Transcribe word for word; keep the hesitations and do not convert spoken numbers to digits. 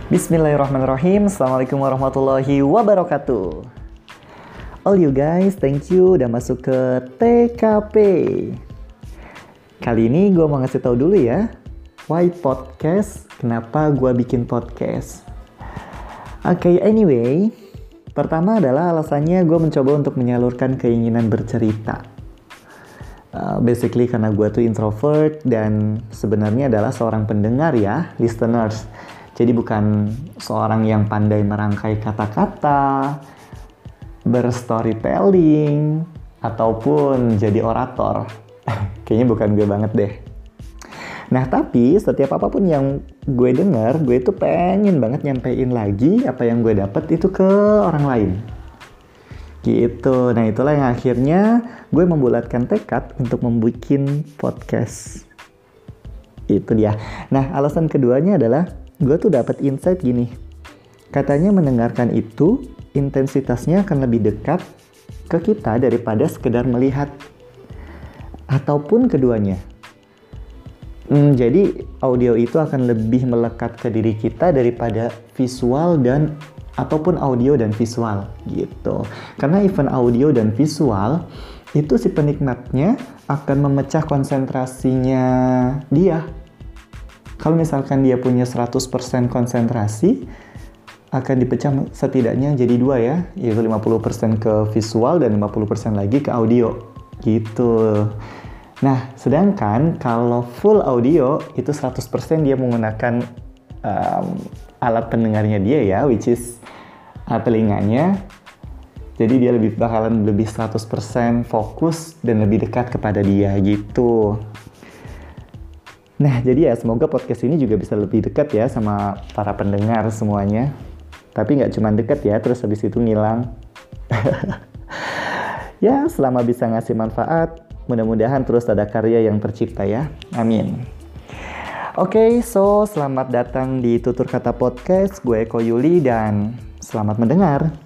Bismillahirrahmanirrahim. Assalamualaikum warahmatullahi wabarakatuh. All you guys, thank you udah masuk ke T K P. Kali ini gue mau ngasih tahu dulu ya, why podcast, kenapa gue bikin podcast. Oke, okay, anyway, pertama adalah alasannya gue mencoba untuk menyalurkan keinginan bercerita. Uh, basically karena gue tuh introvert dan sebenarnya adalah seorang pendengar ya, listeners. Jadi bukan seorang yang pandai merangkai kata-kata, berstorytelling, ataupun jadi orator. Kayaknya bukan gue banget deh. Nah tapi setiap apapun yang gue dengar, gue itu pengen banget nyampein lagi apa yang gue dapet itu ke orang lain. Gitu. Nah itulah yang akhirnya gue membulatkan tekad untuk membuat podcast. Itu dia. Nah alasan keduanya adalah gue tuh dapat insight gini. Katanya mendengarkan itu intensitasnya akan lebih dekat ke kita daripada sekedar melihat. Ataupun keduanya. Hmm, jadi audio itu akan lebih melekat ke diri kita daripada visual dan ataupun audio dan visual gitu. Karena even audio dan visual itu si penikmatnya akan memecah konsentrasinya dia. Kalau misalkan dia punya seratus persen konsentrasi, akan dipecah setidaknya jadi dua ya, yaitu lima puluh persen ke visual dan lima puluh persen lagi ke audio, gitu. Nah, sedangkan kalau full audio, itu seratus persen dia menggunakan um, alat pendengarnya dia ya, which is uh, telinganya. Jadi dia lebih bakalan lebih seratus persen fokus dan lebih dekat kepada dia, gitu. Nah, jadi ya semoga podcast ini juga bisa lebih dekat ya sama para pendengar semuanya. Tapi nggak cuma dekat ya, terus habis itu ngilang. Ya, selama bisa ngasih manfaat, mudah-mudahan terus ada karya yang tercipta ya. Amin. Oke, okay, so selamat datang di Tutur Kata Podcast. Gue Eko Yuli dan selamat mendengar.